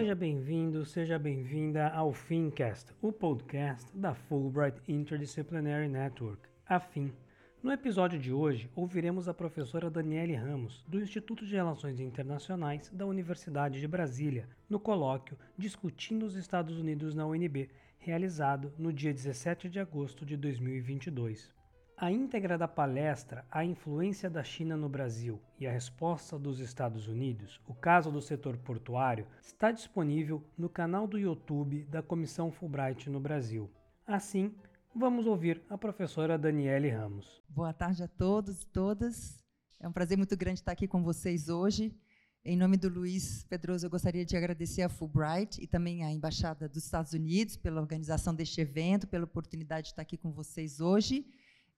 Seja bem-vindo, seja bem-vinda ao FinCast, o podcast da Fulbright Interdisciplinary Network, a FIN. No episódio de hoje, ouviremos a professora Daniele Ramos, do Instituto de Relações Internacionais da Universidade de Brasília, no colóquio Discutindo os Estados Unidos na UNB, realizado no dia 17 de agosto de 2022. A íntegra da palestra A Influência da China no Brasil e a Resposta dos Estados Unidos, o caso do setor portuário, está disponível no canal do YouTube da Comissão Fulbright no Brasil. Assim, vamos ouvir a professora Daniele Ramos. Boa tarde a todos e todas. É um prazer muito grande estar aqui com vocês hoje. Em nome do Luiz Pedroso, eu gostaria de agradecer a Fulbright e também à Embaixada dos Estados Unidos pela organização deste evento, pela oportunidade de estar aqui com vocês hoje.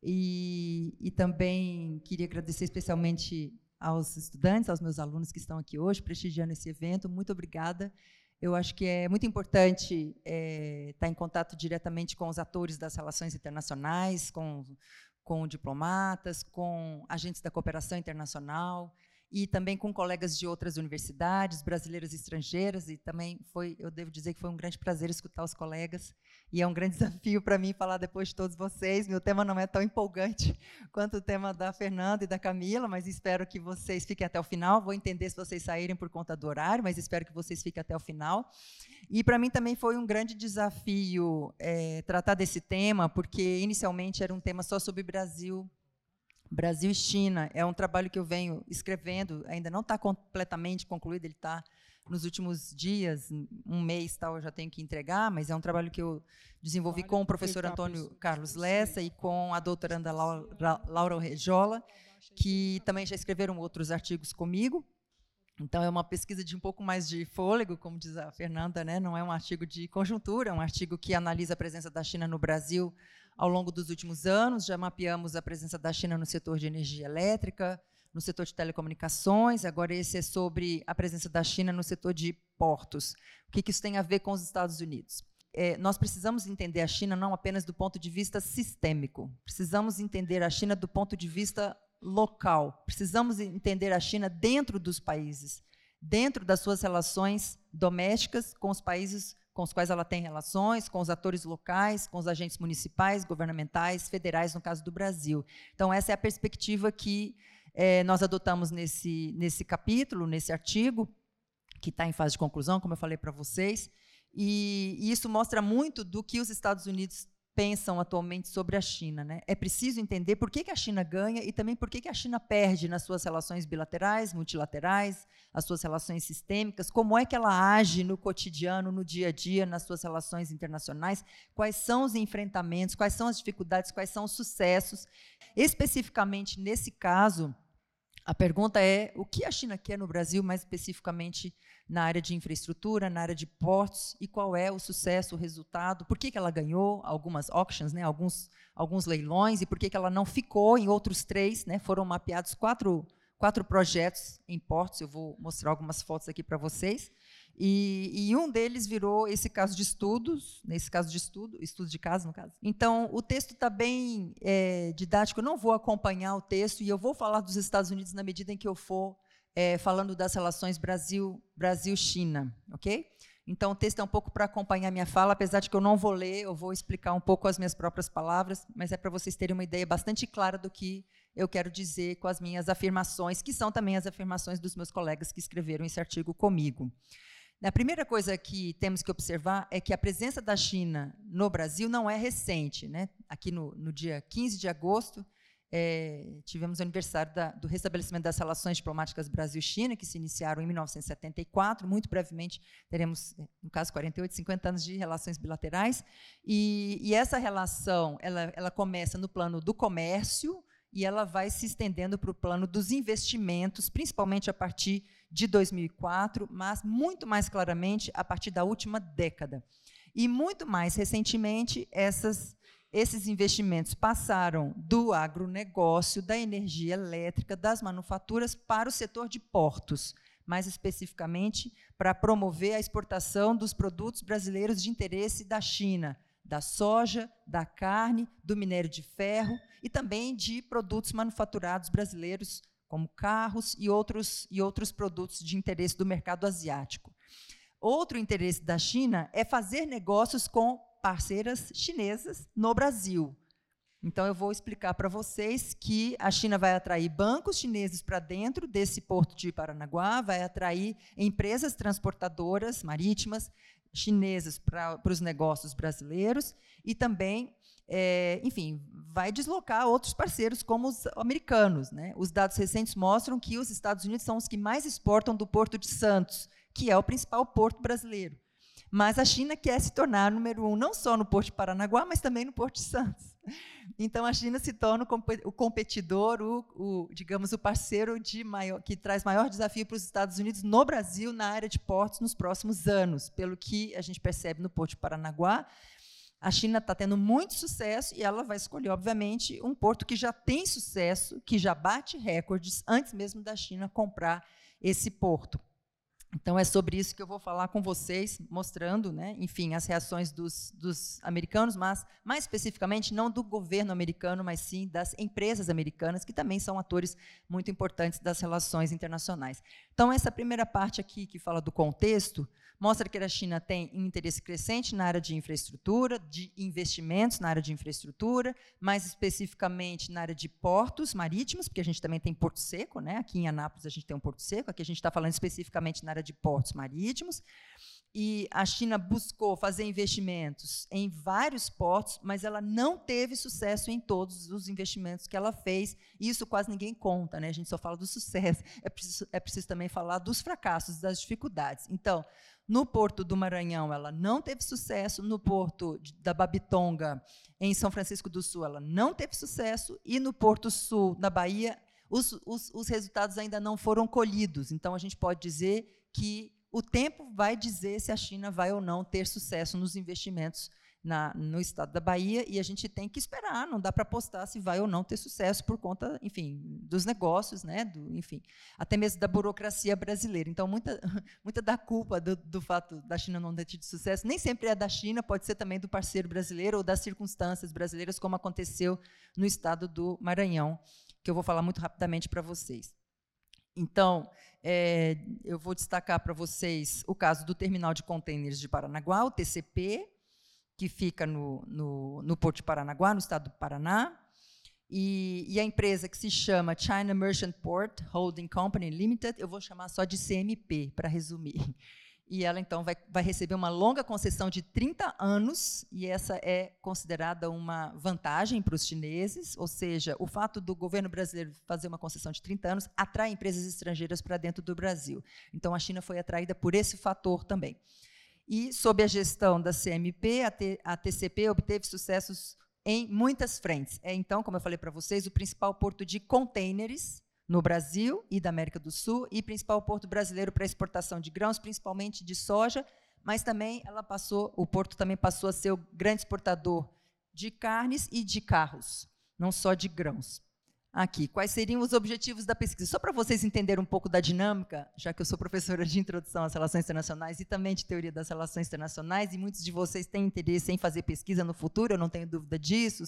E também queria agradecer especialmente aos estudantes, aos meus alunos que estão aqui hoje, prestigiando esse evento. Muito obrigada. Eu acho que é muito importante estar em contato diretamente com os atores das relações internacionais, com diplomatas, com agentes da cooperação internacional e também com colegas de outras universidades, brasileiras e estrangeiras, e também eu devo dizer que foi um grande prazer escutar os colegas, e é um grande desafio para mim falar depois de todos vocês. Meu tema não é tão empolgante quanto o tema da Fernanda e da Camila, mas espero que vocês fiquem até o final. Vou entender se vocês saírem por conta do horário, mas espero que vocês fiquem até o final. E para mim também foi um grande desafio tratar desse tema, porque inicialmente era um tema só sobre Brasil e China. É um trabalho que eu venho escrevendo, ainda não está completamente concluído, ele está nos últimos dias, um mês tal, eu já tenho que entregar, mas é um trabalho que eu desenvolvi com o professor Antônio Carlos Lessa e com a doutoranda Laura Rejola, que também já escreveram outros artigos comigo. Então, é uma pesquisa de um pouco mais de fôlego, como diz a Fernanda, né? Não é um artigo de conjuntura, é um artigo que analisa a presença da China no Brasil ao longo dos últimos anos. Já mapeamos a presença da China no setor de energia elétrica, no setor de telecomunicações. Agora, esse é sobre a presença da China no setor de portos. O que isso tem a ver com os Estados Unidos? Nós precisamos entender a China não apenas do ponto de vista sistêmico, precisamos entender a China do ponto de vista local. Precisamos entender a China dentro dos países, dentro das suas relações domésticas com os países com os quais ela tem relações, com os atores locais, com os agentes municipais, governamentais, federais, no caso do Brasil. Então, essa é a perspectiva que nós adotamos nesse capítulo, nesse artigo, que está em fase de conclusão, como eu falei para vocês, e isso mostra muito do que os Estados Unidos pensam atualmente sobre a China, né? É preciso entender por que a China ganha e também por que a China perde nas suas relações bilaterais, multilaterais, as suas relações sistêmicas, como é que ela age no cotidiano, no dia a dia, nas suas relações internacionais, quais são os enfrentamentos, quais são as dificuldades, quais são os sucessos. Especificamente nesse caso, a pergunta é o que a China quer no Brasil, mais especificamente na área de infraestrutura, na área de portos, e qual é o sucesso, o resultado, por que ela ganhou algumas auctions, né, alguns leilões, e por que ela não ficou em outros 3, né, foram mapeados quatro projetos em portos. Eu vou mostrar algumas fotos aqui para vocês, e um deles virou esse caso de estudos, nesse caso de estudo de caso, no caso. Então, o texto está bem didático, eu não vou acompanhar o texto, e eu vou falar dos Estados Unidos na medida em que eu for falando das relações Brasil-China, ok? Então, o texto é um pouco para acompanhar a minha fala, apesar de que eu não vou ler, eu vou explicar um pouco as minhas próprias palavras, mas é para vocês terem uma ideia bastante clara do que eu quero dizer com as minhas afirmações, que são também as afirmações dos meus colegas que escreveram esse artigo comigo. A primeira coisa que temos que observar é que a presença da China no Brasil não é recente, né? Aqui no dia 15 de agosto, tivemos o aniversário do restabelecimento das relações diplomáticas Brasil-China, que se iniciaram em 1974. Muito brevemente teremos, no caso, 48, 50 anos de relações bilaterais. E essa relação ela começa no plano do comércio e ela vai se estendendo para o plano dos investimentos, principalmente a partir de 2004, mas muito mais claramente a partir da última década. E muito mais recentemente, esses investimentos passaram do agronegócio, da energia elétrica, das manufaturas para o setor de portos, mais especificamente para promover a exportação dos produtos brasileiros de interesse da China, da soja, da carne, do minério de ferro e também de produtos manufaturados brasileiros, como carros e outros produtos de interesse do mercado asiático. Outro interesse da China é fazer negócios com parceiras chinesas no Brasil. Então, eu vou explicar para vocês que a China vai atrair bancos chineses para dentro desse porto de Paranaguá, vai atrair empresas transportadoras marítimas chinesas para os negócios brasileiros e também, enfim, vai deslocar outros parceiros como os americanos, né? Os dados recentes mostram que os Estados Unidos são os que mais exportam do Porto de Santos, que é o principal porto brasileiro. Mas a China quer se tornar número 1, não só no Porto de Paranaguá, mas também no Porto de Santos. Então, a China se torna o competidor, digamos, o parceiro que traz maior desafio para os Estados Unidos no Brasil, na área de portos, nos próximos anos. Pelo que a gente percebe no Porto de Paranaguá, a China está tendo muito sucesso e ela vai escolher, obviamente, um porto que já tem sucesso, que já bate recordes, antes mesmo da China comprar esse porto. Então, é sobre isso que eu vou falar com vocês, mostrando, né, enfim, as reações dos americanos, mas, mais especificamente, não do governo americano, mas sim das empresas americanas, que também são atores muito importantes das relações internacionais. Então, essa primeira parte aqui, que fala do contexto, mostra que a China tem um interesse crescente na área de infraestrutura, de investimentos na área de infraestrutura, mais especificamente na área de portos marítimos, porque a gente também tem Porto Seco, né? Aqui em Anápolis a gente tem um Porto Seco, aqui a gente está falando especificamente na área de portos marítimos, e a China buscou fazer investimentos em vários portos, mas ela não teve sucesso em todos os investimentos que ela fez, e isso quase ninguém conta, né? A gente só fala do sucesso, é preciso também falar dos fracassos, das dificuldades. Então, no Porto do Maranhão, ela não teve sucesso, no Porto da Babitonga, em São Francisco do Sul, ela não teve sucesso, e no Porto Sul, na Bahia, os resultados ainda não foram colhidos. Então, a gente pode dizer que o tempo vai dizer se a China vai ou não ter sucesso nos investimentos no estado da Bahia, e a gente tem que esperar, não dá para apostar se vai ou não ter sucesso por conta, enfim, dos negócios, né, enfim, até mesmo da burocracia brasileira. Então, muita da culpa do fato da China não ter tido sucesso nem sempre é da China, pode ser também do parceiro brasileiro ou das circunstâncias brasileiras, como aconteceu no estado do Maranhão, que eu vou falar muito rapidamente para vocês. Então, eu vou destacar para vocês o caso do Terminal de Contêineres de Paranaguá, o TCP, que fica no Porto de Paranaguá, no estado do Paraná, e a empresa que se chama China Merchant Port Holding Company Limited, eu vou chamar só de CMP, para resumir. E ela, então, vai receber uma longa concessão de 30 anos, e essa é considerada uma vantagem para os chineses, ou seja, o fato do governo brasileiro fazer uma concessão de 30 anos atrai empresas estrangeiras para dentro do Brasil. Então, a China foi atraída por esse fator também. E, sob a gestão da CMP, a TCP obteve sucessos em muitas frentes. Então, como eu falei para vocês, o principal porto de contêineres no Brasil e da América do Sul, e principal porto brasileiro para exportação de grãos, principalmente de soja, mas também o porto também passou a ser o grande exportador de carnes e de carros, não só de grãos. Aqui, quais seriam os objetivos da pesquisa? Só para vocês entenderem um pouco da dinâmica, já que eu sou professora de Introdução às Relações Internacionais e também de Teoria das Relações Internacionais, e muitos de vocês têm interesse em fazer pesquisa no futuro, eu não tenho dúvida disso.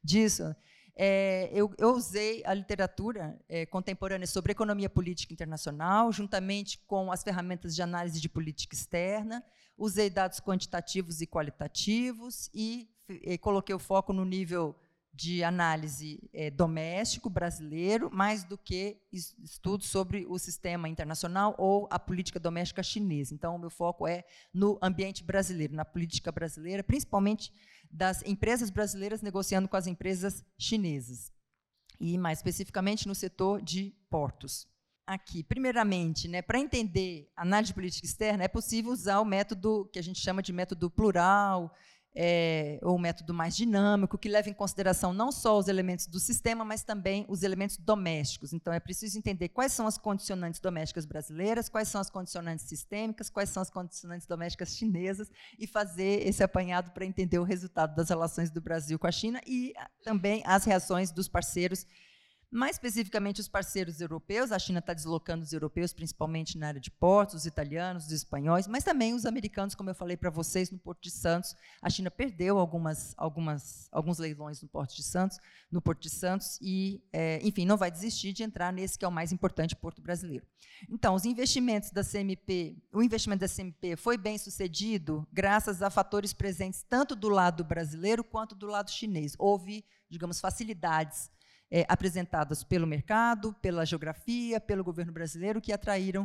Eu usei a literatura contemporânea sobre economia política internacional, juntamente com as ferramentas de análise de política externa, usei dados quantitativos e qualitativos e coloquei o foco no nível de análise doméstico brasileiro, mais do que estudos sobre o sistema internacional ou a política doméstica chinesa. Então, o meu foco é no ambiente brasileiro, na política brasileira, principalmente das empresas brasileiras negociando com as empresas chinesas, e mais especificamente no setor de portos. Aqui, primeiramente, né, para entender análise de política externa, é possível usar o método que a gente chama de método plural, ou método mais dinâmico, que leva em consideração não só os elementos do sistema, mas também os elementos domésticos. Então, é preciso entender quais são as condicionantes domésticas brasileiras, quais são as condicionantes sistêmicas, quais são as condicionantes domésticas chinesas, e fazer esse apanhado para entender o resultado das relações do Brasil com a China e também as reações dos parceiros Mais especificamente, os parceiros europeus, a China está deslocando os europeus, principalmente na área de portos, os italianos, os espanhóis, mas também os americanos, como eu falei para vocês, no Porto de Santos. A China perdeu alguns leilões no Porto de Santos, e, enfim, não vai desistir de entrar nesse que é o mais importante porto brasileiro. Então, o investimento da CMP foi bem sucedido graças a fatores presentes tanto do lado brasileiro quanto do lado chinês. Houve, digamos, facilidades apresentadas pelo mercado, pela geografia, pelo governo brasileiro, que atraíram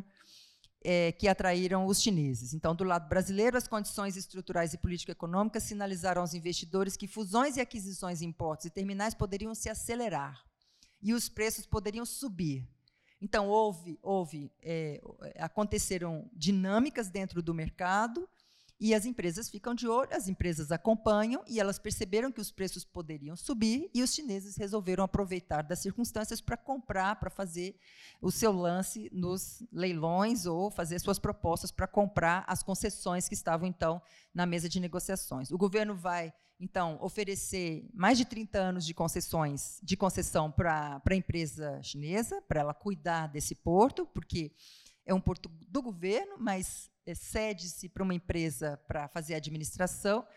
os chineses. Então, do lado brasileiro, as condições estruturais e político-econômicas sinalizaram aos investidores que fusões e aquisições em portos e terminais poderiam se acelerar e os preços poderiam subir. Então, aconteceram dinâmicas dentro do mercado, e as empresas ficam de olho, as empresas acompanham, e elas perceberam que os preços poderiam subir, e os chineses resolveram aproveitar das circunstâncias para comprar, para fazer o seu lance nos leilões, ou fazer suas propostas para comprar as concessões que estavam, então, na mesa de negociações. O governo vai, então, oferecer mais de 30 anos de concessão para a empresa chinesa, para ela cuidar desse porto, porque é um porto do governo, mas cede-se para uma empresa para fazer a administração,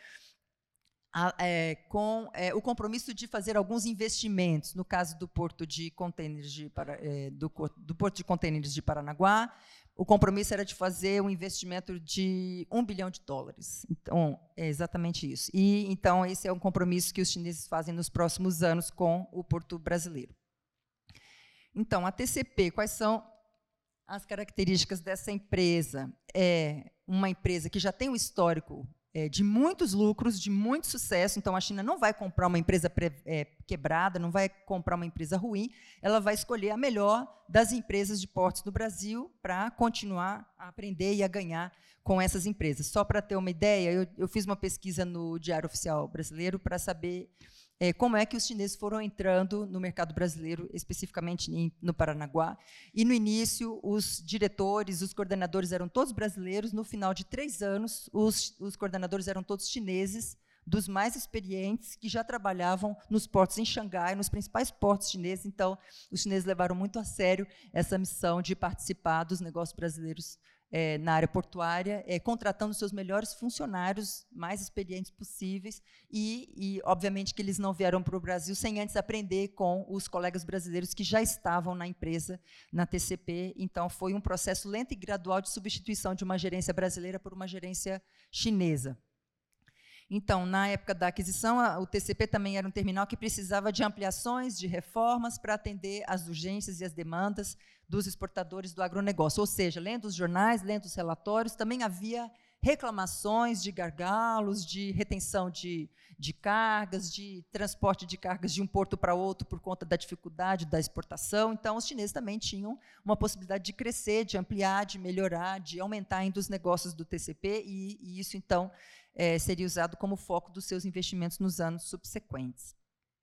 com o compromisso de fazer alguns investimentos, no caso do Porto de Contêineres do Porto de Contêineres de Paranaguá. O compromisso era de fazer um investimento de $1 bilhão. Então, é exatamente isso. E, então, esse é um compromisso que os chineses fazem nos próximos anos com o porto brasileiro. Então, a TCP, quais são as características dessa empresa? É uma empresa que já tem um histórico de muitos lucros, de muito sucesso. Então, a China não vai comprar uma empresa quebrada, não vai comprar uma empresa ruim, ela vai escolher a melhor das empresas de portos do Brasil para continuar a aprender e a ganhar com essas empresas. Só para ter uma ideia, eu fiz uma pesquisa no Diário Oficial Brasileiro para saber como é que os chineses foram entrando no mercado brasileiro, especificamente no Paranaguá. E, no início, os diretores, os coordenadores eram todos brasileiros. No final de 3 anos, os coordenadores eram todos chineses, dos mais experientes, que já trabalhavam nos portos em Xangai, nos principais portos chineses. Então, os chineses levaram muito a sério essa missão de participar dos negócios brasileiros na área portuária, contratando seus melhores funcionários, mais experientes possíveis, e, obviamente, que eles não vieram para o Brasil sem antes aprender com os colegas brasileiros que já estavam na empresa, na TCP. Então, foi um processo lento e gradual de substituição de uma gerência brasileira por uma gerência chinesa. Então, na época da aquisição, o TCP também era um terminal que precisava de ampliações, de reformas, para atender às urgências e às demandas dos exportadores do agronegócio. Ou seja, lendo os jornais, lendo os relatórios, também havia reclamações de gargalos, de retenção de cargas, de transporte de cargas de um porto para outro por conta da dificuldade da exportação. Então, os chineses também tinham uma possibilidade de crescer, de ampliar, de melhorar, de aumentar ainda os negócios do TCP, e isso, então, seria usado como foco dos seus investimentos nos anos subsequentes.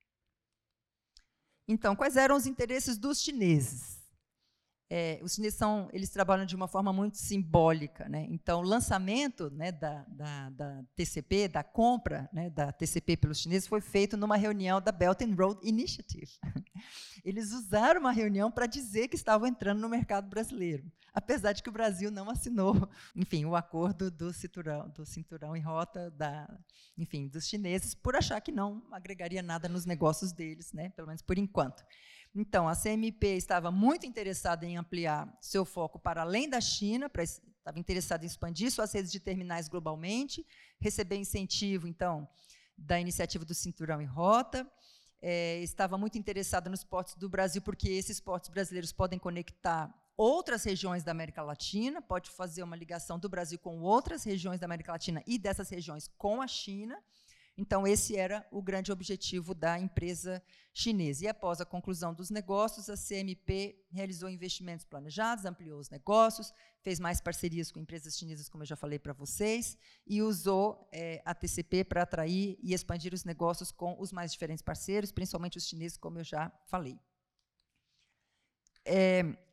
Então, quais eram os interesses dos chineses? Os chineses eles trabalham de uma forma muito simbólica, né? Então, o lançamento, né, da TCP, da compra, né, da TCP pelos chineses, foi feito numa reunião da Belt and Road Initiative. Eles usaram uma reunião para dizer que estavam entrando no mercado brasileiro, apesar de que o Brasil não assinou, enfim, o acordo do cinturão em rota dos chineses, por achar que não agregaria nada nos negócios deles, né, pelo menos por enquanto. Então, a CMP estava muito interessada em ampliar seu foco para além da China, estava interessada em expandir suas redes de terminais globalmente, receber incentivo, então, da iniciativa do Cinturão em Rota, estava muito interessada nos portos do Brasil, porque esses portos brasileiros podem conectar outras regiões da América Latina, pode fazer uma ligação do Brasil com outras regiões da América Latina e dessas regiões com a China. Então, esse era o grande objetivo da empresa chinesa. E, após a conclusão dos negócios, a CMP realizou investimentos planejados, ampliou os negócios, fez mais parcerias com empresas chinesas, como eu já falei para vocês, e usou a TCP para atrair e expandir os negócios com os mais diferentes parceiros, principalmente os chineses, como eu já falei.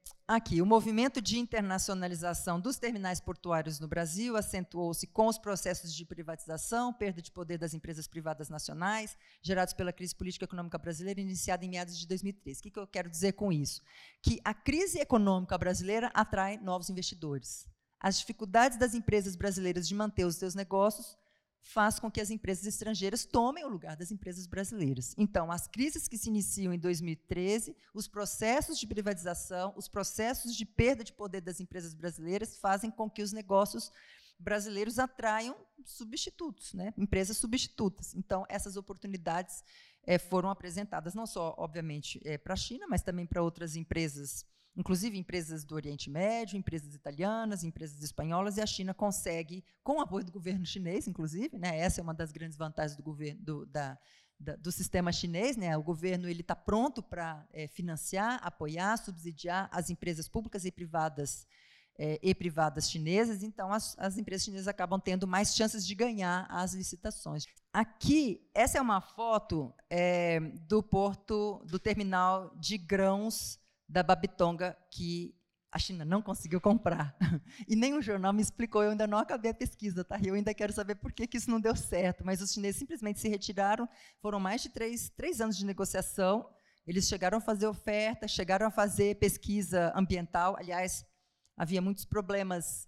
Aqui, o movimento de internacionalização dos terminais portuários no Brasil acentuou-se com os processos de privatização, perda de poder das empresas privadas nacionais, gerados pela crise política e econômica brasileira, iniciada em meados de 2013. O que eu quero dizer com isso? Que a crise econômica brasileira atrai novos investidores. As dificuldades das empresas brasileiras de manter os seus negócios faz com que as empresas estrangeiras tomem o lugar das empresas brasileiras. Então, as crises que se iniciam em 2013, os processos de privatização, os processos de perda de poder das empresas brasileiras fazem com que os negócios brasileiros atraiam substitutos, né? Empresas substitutas. Então, essas oportunidades foram apresentadas não só, obviamente, para a China, mas também para outras empresas, inclusive empresas do Oriente Médio, empresas italianas, empresas espanholas, e a China consegue, com o apoio do governo chinês, inclusive, né, essa é uma das grandes vantagens do governo, do sistema chinês, né, o governo está pronto para financiar, apoiar, subsidiar as empresas públicas e privadas chinesas, então as empresas chinesas acabam tendo mais chances de ganhar as licitações. Aqui, essa é uma foto do porto, do terminal de grãos da Babitonga, que a China não conseguiu comprar. E nenhum jornal me explicou, eu ainda não acabei a pesquisa, tá? Eu ainda quero saber por que isso não deu certo, mas os chineses simplesmente se retiraram, foram mais de três anos de negociação, eles chegaram a fazer oferta, chegaram a fazer pesquisa ambiental, aliás, havia muitos problemas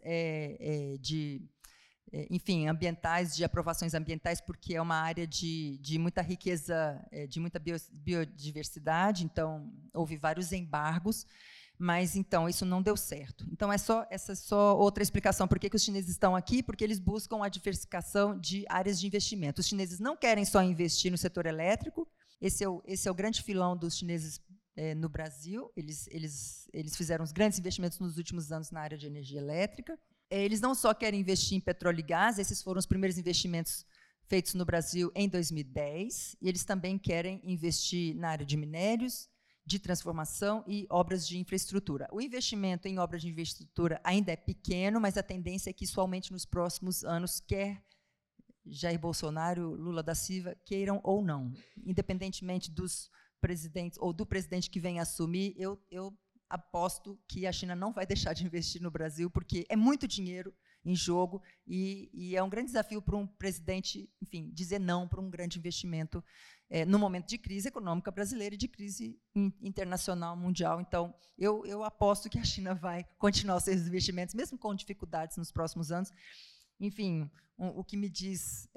enfim, ambientais, de aprovações ambientais, porque é uma área de muita riqueza, de muita biodiversidade, então houve vários embargos, mas então isso não deu certo. Então essa é só outra explicação por que os chineses estão aqui, porque eles buscam a diversificação de áreas de investimento. Os chineses não querem só investir no setor elétrico, esse é o grande filão dos chineses no Brasil, eles fizeram os grandes investimentos nos últimos anos na área de energia elétrica. Eles não só querem investir em petróleo e gás, esses foram os primeiros investimentos feitos no Brasil em 2010, e eles também querem investir na área de minérios, de transformação e obras de infraestrutura. O investimento em obras de infraestrutura ainda é pequeno, mas a tendência é que isso aumente nos próximos anos, quer Jair Bolsonaro, Lula da Silva queiram ou não. Independentemente dos presidentes ou do presidente que vem assumir, eu aposto que a China não vai deixar de investir no Brasil, porque é muito dinheiro em jogo e é um grande desafio para um presidente, enfim, dizer não para um grande investimento no momento de crise econômica brasileira e de crise internacional, mundial. Então, eu aposto que a China vai continuar os seus investimentos, mesmo com dificuldades nos próximos anos. Enfim, o que me diz,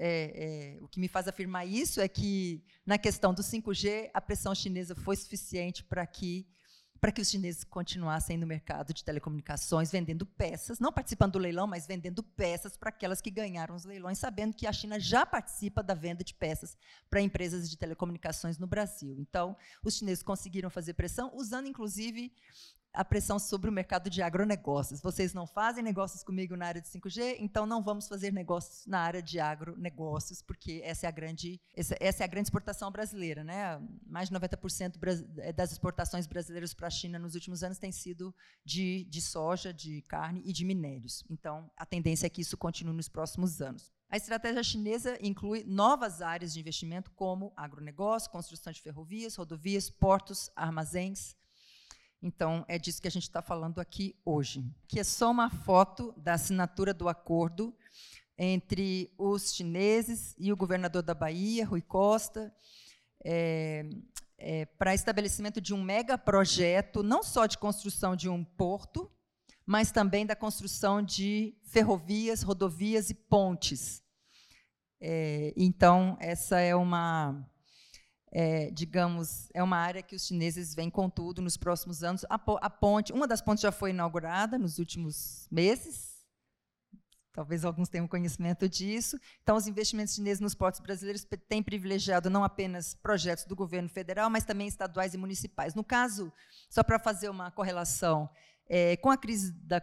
o que me faz afirmar isso é que, na questão do 5G, a pressão chinesa foi suficiente para que os chineses continuassem no mercado de telecomunicações, vendendo peças, não participando do leilão, mas vendendo peças para aquelas que ganharam os leilões, sabendo que a China já participa da venda de peças para empresas de telecomunicações no Brasil. Então, os chineses conseguiram fazer pressão, usando, inclusive, a pressão sobre o mercado de agronegócios. Vocês não fazem negócios comigo na área de 5G, então não vamos fazer negócios na área de agronegócios, porque essa é a grande exportação brasileira, né? Mais de 90% das exportações brasileiras para a China nos últimos anos tem sido de soja, de carne e de minérios. Então, a tendência é que isso continue nos próximos anos. A estratégia chinesa inclui novas áreas de investimento, como agronegócio, construção de ferrovias, rodovias, portos, armazéns. Então, é disso que a gente está falando aqui hoje, que é só uma foto da assinatura do acordo entre os chineses e o governador da Bahia, Rui Costa, para estabelecimento de um megaprojeto, não só de construção de um porto, mas também da construção de ferrovias, rodovias e pontes. Então, essa é uma... digamos, é uma área que os chineses vêm com tudo nos próximos anos. A ponte, uma das pontes já foi inaugurada nos últimos meses, talvez alguns tenham conhecimento disso. Então, os investimentos chineses nos portos brasileiros têm privilegiado não apenas projetos do governo federal, mas também estaduais e municipais. No caso, só para fazer uma correlação, com a crise do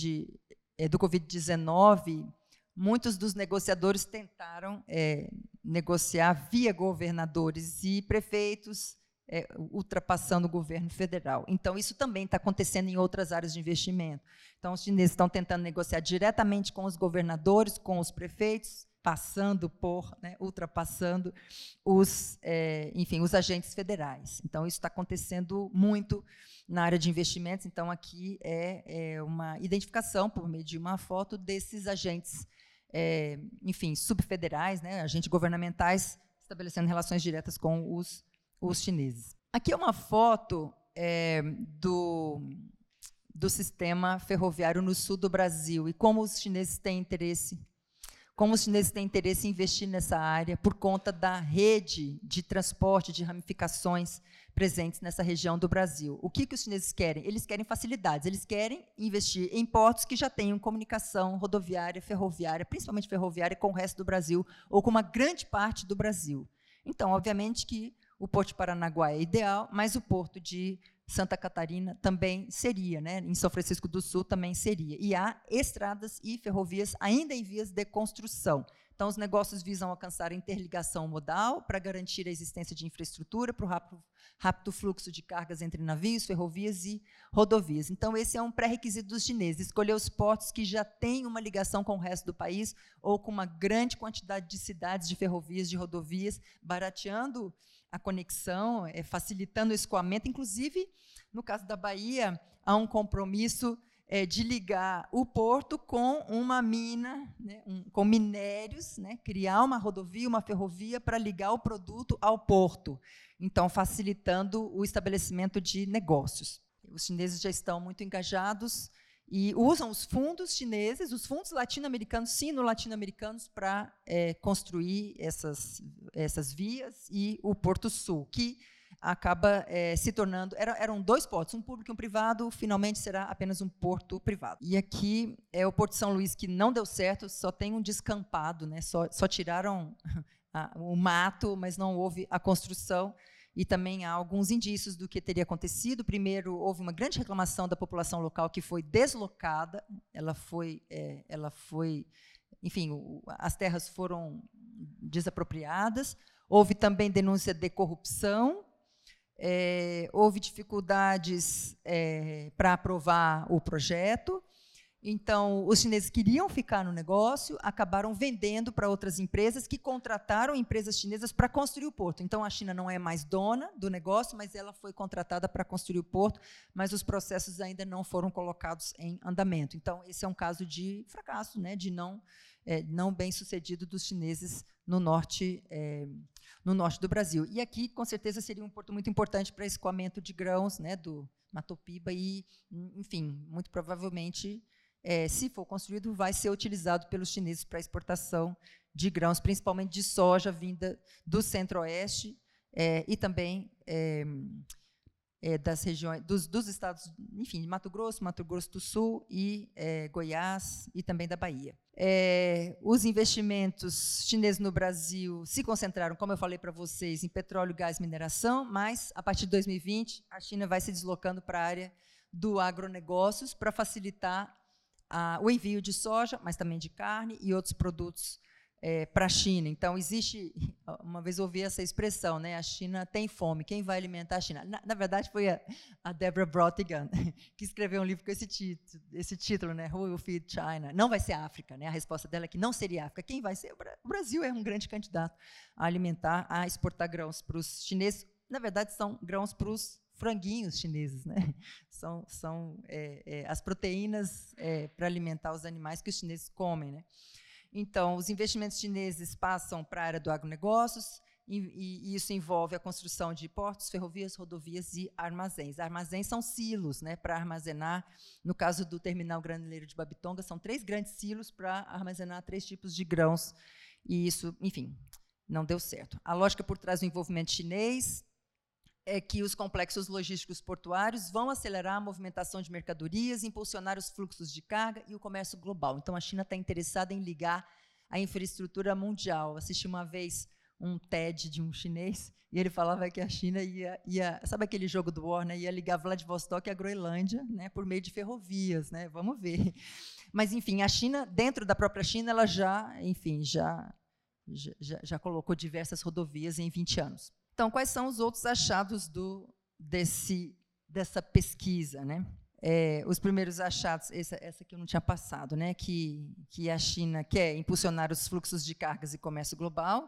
Covid-19, muitos dos negociadores tentaram negociar via governadores e prefeitos, ultrapassando o governo federal. Então, isso também está acontecendo em outras áreas de investimento. Então, os chineses estão tentando negociar diretamente com os governadores, com os prefeitos, passando por, né, ultrapassando os agentes federais. Então, isso está acontecendo muito na área de investimentos. Então, aqui é uma identificação, por meio de uma foto, desses agentes, subfederais, né, agentes governamentais, estabelecendo relações diretas com os chineses. Aqui é uma foto do sistema ferroviário no sul do Brasil e como os chineses têm interesse em investir nessa área por conta da rede de transporte, de ramificações presentes nessa região do Brasil. O que os chineses querem? Eles querem facilidades, eles querem investir em portos que já tenham comunicação rodoviária, ferroviária, principalmente ferroviária, com o resto do Brasil, ou com uma grande parte do Brasil. Então, obviamente que o Porto de Paranaguá é ideal, mas o Porto de Santa Catarina também seria, né? Em São Francisco do Sul também seria. E há estradas e ferrovias ainda em vias de construção. Então, os negócios visam alcançar a interligação modal para garantir a existência de infraestrutura para o rápido fluxo de cargas entre navios, ferrovias e rodovias. Então, esse é um pré-requisito dos chineses, escolher os portos que já têm uma ligação com o resto do país ou com uma grande quantidade de cidades, de ferrovias, de rodovias, barateando a conexão, facilitando o escoamento. Inclusive, no caso da Bahia, há um compromisso de ligar o porto com uma mina, né, com minérios, né, criar uma rodovia, uma ferrovia para ligar o produto ao porto, então facilitando o estabelecimento de negócios. Os chineses já estão muito engajados e usam os fundos chineses, os fundos latino-americanos, sino-latino-americanos, para construir essas vias e o Porto Sul, que acaba se tornando, eram dois portos, um público e um privado, finalmente será apenas um porto privado. E aqui é o Porto de São Luís, que não deu certo, só tem um descampado, né, só tiraram o mato, mas não houve a construção, e também há alguns indícios do que teria acontecido. Primeiro, houve uma grande reclamação da população local que foi deslocada, as terras foram desapropriadas, houve também denúncia de corrupção, houve dificuldades para aprovar o projeto. Então, os chineses queriam ficar no negócio, acabaram vendendo para outras empresas que contrataram empresas chinesas para construir o porto. Então, a China não é mais dona do negócio, mas ela foi contratada para construir o porto, mas os processos ainda não foram colocados em andamento. Então, esse é um caso de fracasso, né, de não bem-sucedido dos chineses no norte do Brasil. E aqui, com certeza, seria um porto muito importante para escoamento de grãos, né, do Mato Piba e, enfim, muito provavelmente, se for construído, vai ser utilizado pelos chineses para exportação de grãos, principalmente de soja vinda do centro-oeste e também das regiões, dos estados, enfim, de Mato Grosso do Sul e Goiás e também da Bahia. Os investimentos chineses no Brasil se concentraram, como eu falei para vocês, em petróleo, gás e mineração, mas, a partir de 2020, a China vai se deslocando para a área do agronegócios para facilitar o envio de soja, mas também de carne e outros produtos para a China. Então, existe, uma vez ouvi essa expressão, né, a China tem fome, quem vai alimentar a China? Na verdade, foi a Deborah Brottigan que escreveu um livro com esse título, né, Who Will Feed China? Não vai ser a África, né, a resposta dela é que não seria a África. Quem vai ser? O Brasil é um grande candidato a alimentar, a exportar grãos para os chineses. Na verdade, são grãos para os franguinhos chineses, né? São as proteínas para alimentar os animais que os chineses comem, né? Então, os investimentos chineses passam para a área do agronegócios, e isso envolve a construção de portos, ferrovias, rodovias e armazéns. Armazéns são silos, né, para armazenar, no caso do terminal granileiro de Babitonga, são 3 grandes silos para armazenar 3 tipos de grãos, e isso, enfim, não deu certo. A lógica por trás do envolvimento chinês é que os complexos logísticos portuários vão acelerar a movimentação de mercadorias, impulsionar os fluxos de carga e o comércio global. Então, a China está interessada em ligar a infraestrutura mundial. Assisti uma vez um TED de um chinês, e ele falava que a China ia sabe aquele jogo do War, né? Ia ligar Vladivostok e a Groenlândia, né, por meio de ferrovias, né? Vamos ver. Mas, enfim, a China, dentro da própria China, ela já colocou diversas rodovias em 20 anos. Então, quais são os outros achados dessa pesquisa, né? os primeiros achados, essa aqui eu não tinha passado, né, que a China quer impulsionar os fluxos de cargas e comércio global,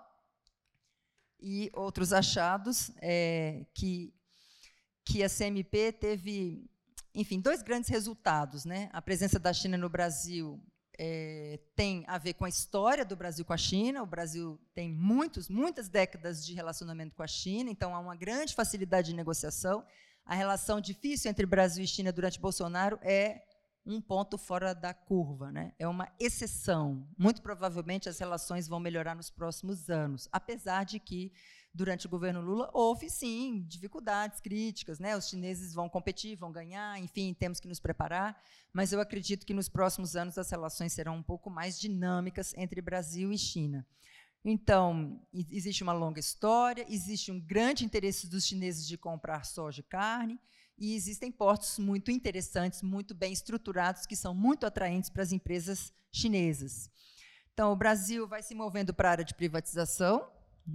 e outros achados que a CMP teve, enfim, 2 grandes resultados, né? A presença da China no Brasil tem a ver com a história do Brasil com a China. O Brasil tem muitas décadas de relacionamento com a China, então há uma grande facilidade de negociação. A relação difícil entre Brasil e China durante Bolsonaro é um ponto fora da curva, né? É uma exceção. Muito provavelmente as relações vão melhorar nos próximos anos, apesar de que, durante o governo Lula, houve, sim, dificuldades, críticas, né? Os chineses vão competir, vão ganhar, enfim, temos que nos preparar, mas eu acredito que nos próximos anos as relações serão um pouco mais dinâmicas entre Brasil e China. Então, existe uma longa história, existe um grande interesse dos chineses de comprar soja e carne, e existem portos muito interessantes, muito bem estruturados, que são muito atraentes para as empresas chinesas. Então, o Brasil vai se movendo para a área de privatização,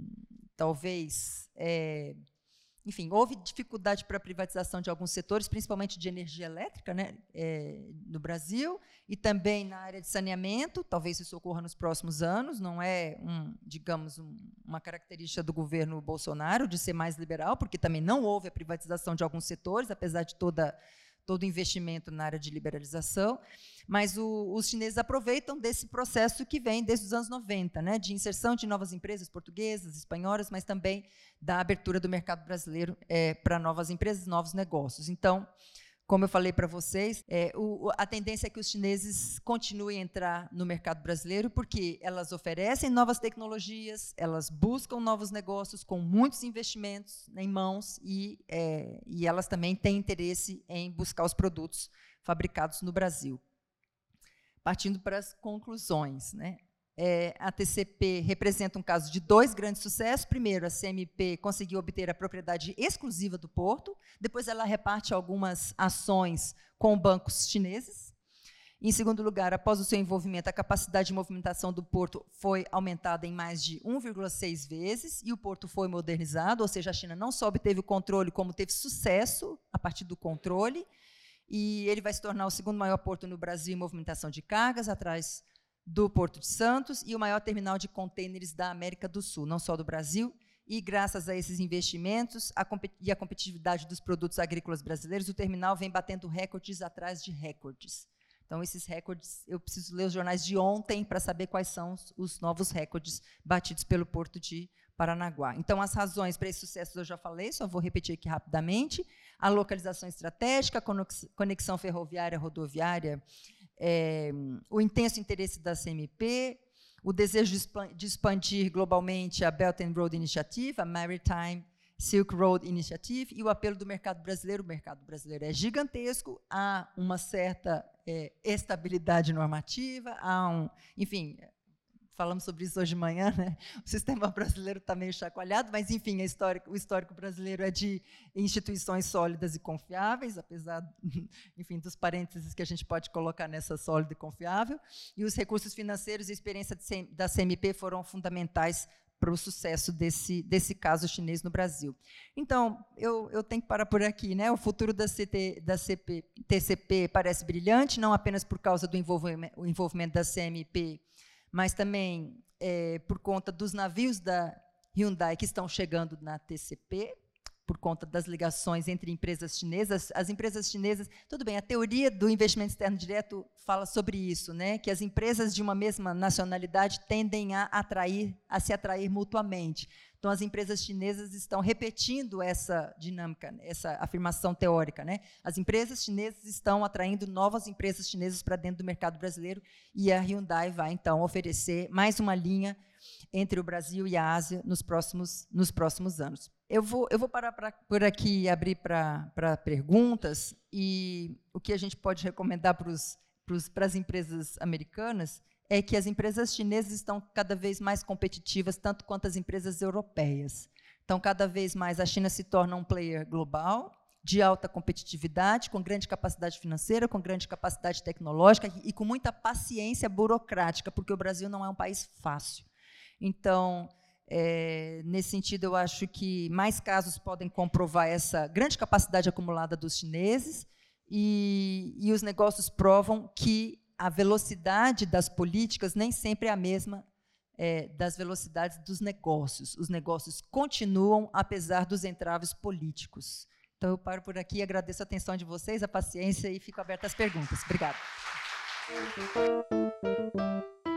talvez, enfim, houve dificuldade para a privatização de alguns setores, principalmente de energia elétrica, né, no Brasil, e também na área de saneamento. Talvez isso ocorra nos próximos anos. Não é, digamos, uma característica do governo Bolsonaro de ser mais liberal, porque também não houve a privatização de alguns setores, apesar de todo o investimento na área de liberalização, mas os chineses aproveitam desse processo que vem desde os anos 90, né, de inserção de novas empresas portuguesas, espanholas, mas também da abertura do mercado brasileiro para novas empresas, novos negócios. Então, como eu falei para vocês, a tendência é que os chineses continuem a entrar no mercado brasileiro, porque elas oferecem novas tecnologias, elas buscam novos negócios com muitos investimentos em mãos, e elas também têm interesse em buscar os produtos fabricados no Brasil. Partindo para as conclusões, né? A TCP representa um caso de 2 grandes sucessos. Primeiro, a CMP conseguiu obter a propriedade exclusiva do porto. Depois, ela reparte algumas ações com bancos chineses. Em segundo lugar, após o seu envolvimento, a capacidade de movimentação do porto foi aumentada em mais de 1,6 vezes, e o porto foi modernizado, ou seja, a China não só obteve o controle, como teve sucesso a partir do controle, e ele vai se tornar o 2º maior porto no Brasil em movimentação de cargas, atrás do Porto de Santos, e o maior terminal de contêineres da América do Sul, não só do Brasil. E, graças a esses investimentos e a competitividade dos produtos agrícolas brasileiros, o terminal vem batendo recordes atrás de recordes. Então, esses recordes, eu preciso ler os jornais de ontem para saber quais são os novos recordes batidos pelo Porto de Paranaguá. Então, as razões para esse sucesso eu já falei, só vou repetir aqui rapidamente: a localização estratégica, a conexão ferroviária, rodoviária, o intenso interesse da CMP, o desejo de expandir globalmente a Belt and Road Initiative, a Maritime Silk Road Initiative, e o apelo do mercado brasileiro. O mercado brasileiro é gigantesco, há uma certa estabilidade normativa, enfim, falamos sobre isso hoje de manhã, né? O sistema brasileiro está meio chacoalhado, mas, enfim, o histórico brasileiro é de instituições sólidas e confiáveis, apesar, enfim, dos parênteses que a gente pode colocar nessa sólida e confiável, e os recursos financeiros e a experiência da CMP foram fundamentais para o sucesso desse caso chinês no Brasil. Então, eu tenho que parar por aqui, né? O futuro da TCP parece brilhante, não apenas por causa do envolvimento da CMP, mas também por conta dos navios da Hyundai que estão chegando na TCP, por conta das ligações entre empresas chinesas. As empresas chinesas, tudo bem, a teoria do investimento externo direto fala sobre isso, né, que as empresas de uma mesma nacionalidade tendem a se atrair mutuamente. Então, as empresas chinesas estão repetindo essa dinâmica, essa afirmação teórica, né? As empresas chinesas estão atraindo novas empresas chinesas para dentro do mercado brasileiro, e a Hyundai vai, então, oferecer mais uma linha entre o Brasil e a Ásia nos próximos anos. Eu vou parar por aqui e abrir para perguntas, e o que a gente pode recomendar para as empresas americanas é que as empresas chinesas estão cada vez mais competitivas, tanto quanto as empresas europeias. Então, cada vez mais a China se torna um player global, de alta competitividade, com grande capacidade financeira, com grande capacidade tecnológica e com muita paciência burocrática, porque o Brasil não é um país fácil. Então, nesse sentido, eu acho que mais casos podem comprovar essa grande capacidade acumulada dos chineses, e os negócios provam que a velocidade das políticas nem sempre é a mesma das velocidades dos negócios. Os negócios continuam, apesar dos entraves políticos. Então, eu paro por aqui, agradeço a atenção de vocês, a paciência, e fico aberta às perguntas. Obrigada.